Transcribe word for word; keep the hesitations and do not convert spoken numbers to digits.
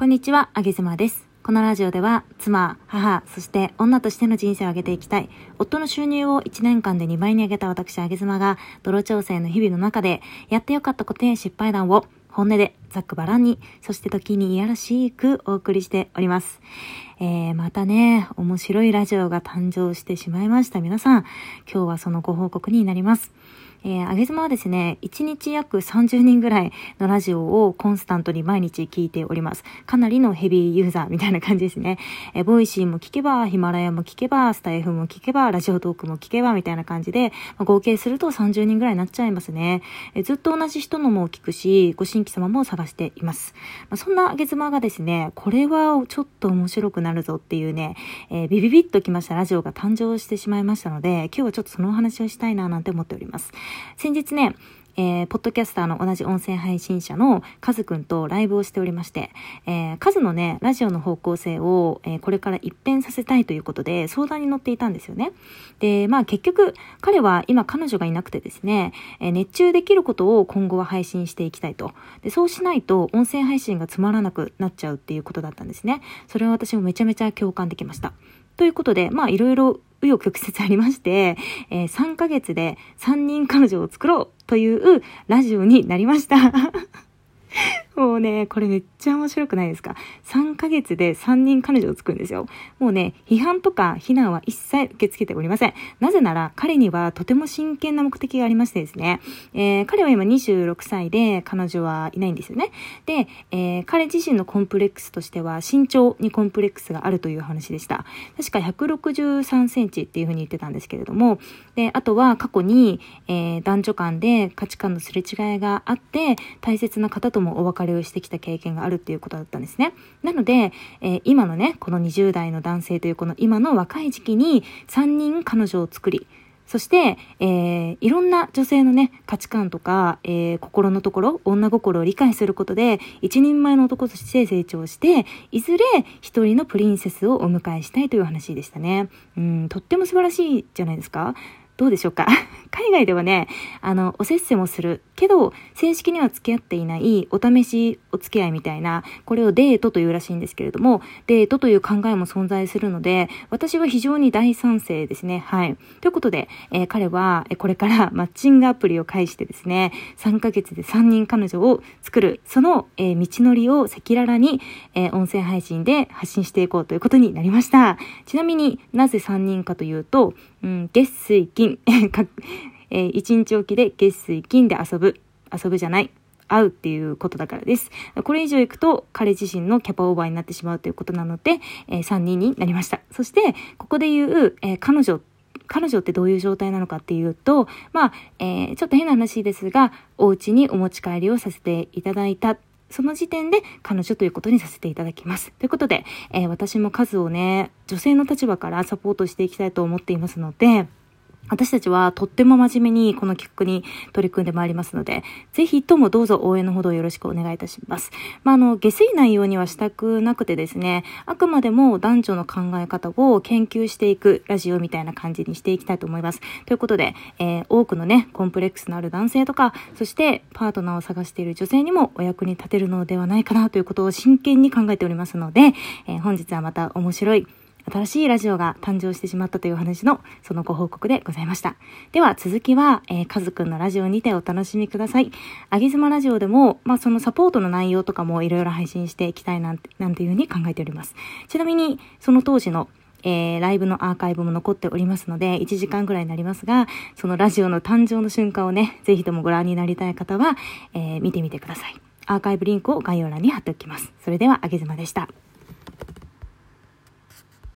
こんにちは、あげずまです。このラジオでは妻、母、そして女としての人生を上げていきたい、夫の収入をいちねんかんでにばいに上げた私、あげずまが泥調整の日々の中でやってよかったことや失敗談を本音でざっくばらんに、そして時にいやらしくお送りしております。えー、またね、面白いラジオが誕生してしまいました。皆さん、今日はそのご報告になります。えー、あげずまはですね、いちにち約さんじゅうにんぐらいのラジオをコンスタントに毎日聞いております。かなりのヘビーユーザーみたいな感じですね。えー、ボイシーも聞けば、ヒマラヤも聞けば、スタイフも聞けば、ラジオトークも聞けばみたいな感じで、まあ、合計するとさんじゅうにんぐらいになっちゃいますね。えー、ずっと同じ人のも聞くし、ご新規様も探しています。まあ、そんなあげずまがですね、これはちょっと面白くなるぞっていうね、えー、ビビビッときましたラジオが誕生してしまいましたので、今日はちょっとそのお話をしたいななんて思っております。先日ね、えー、ポッドキャスターの同じ音声配信者のカズくんとライブをしておりまして、えー、カズのね、ラジオの方向性を、えー、これから一変させたいということで相談に乗っていたんですよね。で、まあ結局、彼は今彼女がいなくてですね、えー、熱中できることを今後は配信していきたいと。で、そうしないと音声配信がつまらなくなっちゃうっていうことだったんですね。それは私もめちゃめちゃ共感できました。ということで、まあいろいろ紆余曲折ありまして、えー、さんかげつでさんにん彼女を作ろうというラジオになりました。もうね、これめっちゃ面白くないですか？ さん ヶ月でさんにん彼女を作るんですよ。もうね、批判とか非難は一切受け付けておりません。なぜなら彼にはとても真剣な目的がありましてですね、えー、彼は今にじゅうろくさいで彼女はいないんですよね。で、えー、彼自身のコンプレックスとしては身長にコンプレックスがあるという話でした。確かひゃくろくじゅうさんセンチっていうふうに言ってたんですけれども、で、あとは過去に、えー、男女間で価値観のすれ違いがあって大切な方ともお別れをしてきた経験があるっていうことだったんですね。なので、えー、今のね、このにじゅう代の男性というこの今の若い時期にさんにん彼女を作り、そして、えー、いろんな女性のね、価値観とか、えー、心のところ、女心を理解することで、一人前の男として成長して、いずれ一人のプリンセスをお迎えしたいという話でしたね。うん、とっても素晴らしいじゃないですか。どうでしょうか。海外ではね、あの、おせっせもするけど、正式には付き合っていないお試しお付き合いみたいな、これをデートというらしいんですけれども、デートという考えも存在するので、私は非常に大賛成ですね。はい。ということで、えー、彼はこれからマッチングアプリを介してですね、さんかげつでさんにん彼女を作る、その、えー、道のりを赤裸々に、えー、音声配信で発信していこうということになりました。ちなみになぜさんにんかというと、うん、月水金えー、いちにちおきで月水金で遊ぶ遊ぶじゃない会うっていうことだからです。これ以上いくと彼自身のキャパオーバーになってしまうということなので、えー、さんにんになりました。そしてここで言う、えー、彼女彼女ってどういう状態なのかっていうと、まあ、えー、ちょっと変な話ですが、お家にお持ち帰りをさせていただいた。その時点で彼女ということにさせていただきます。ということで、えー、私も数をね、女性の立場からサポートしていきたいと思っていますので、私たちはとっても真面目にこの企画に取り組んでまいりますので、ぜひともどうぞ応援のほどよろしくお願いいたします。まあ、あの、下水内容にはしたくなくてですね、あくまでも男女の考え方を研究していくラジオみたいな感じにしていきたいと思います。ということで、えー、多くのね、コンプレックスのある男性とか、そしてパートナーを探している女性にもお役に立てるのではないかなということを真剣に考えておりますので、えー、本日はまた面白い新しいラジオが誕生してしまったという話のそのご報告でございました。では続きは、えー、カズくんのラジオにてお楽しみください。あげずまラジオでも、まあそのサポートの内容とかもいろいろ配信していきたいなんて、なんていうふうに考えております。ちなみに、その当時のえー、ライブのアーカイブも残っておりますので、いちじかんぐらいになりますが、そのラジオの誕生の瞬間をね、ぜひともご覧になりたい方は、えー、見てみてください。アーカイブリンクを概要欄に貼っておきます。それでは、あげずまでした。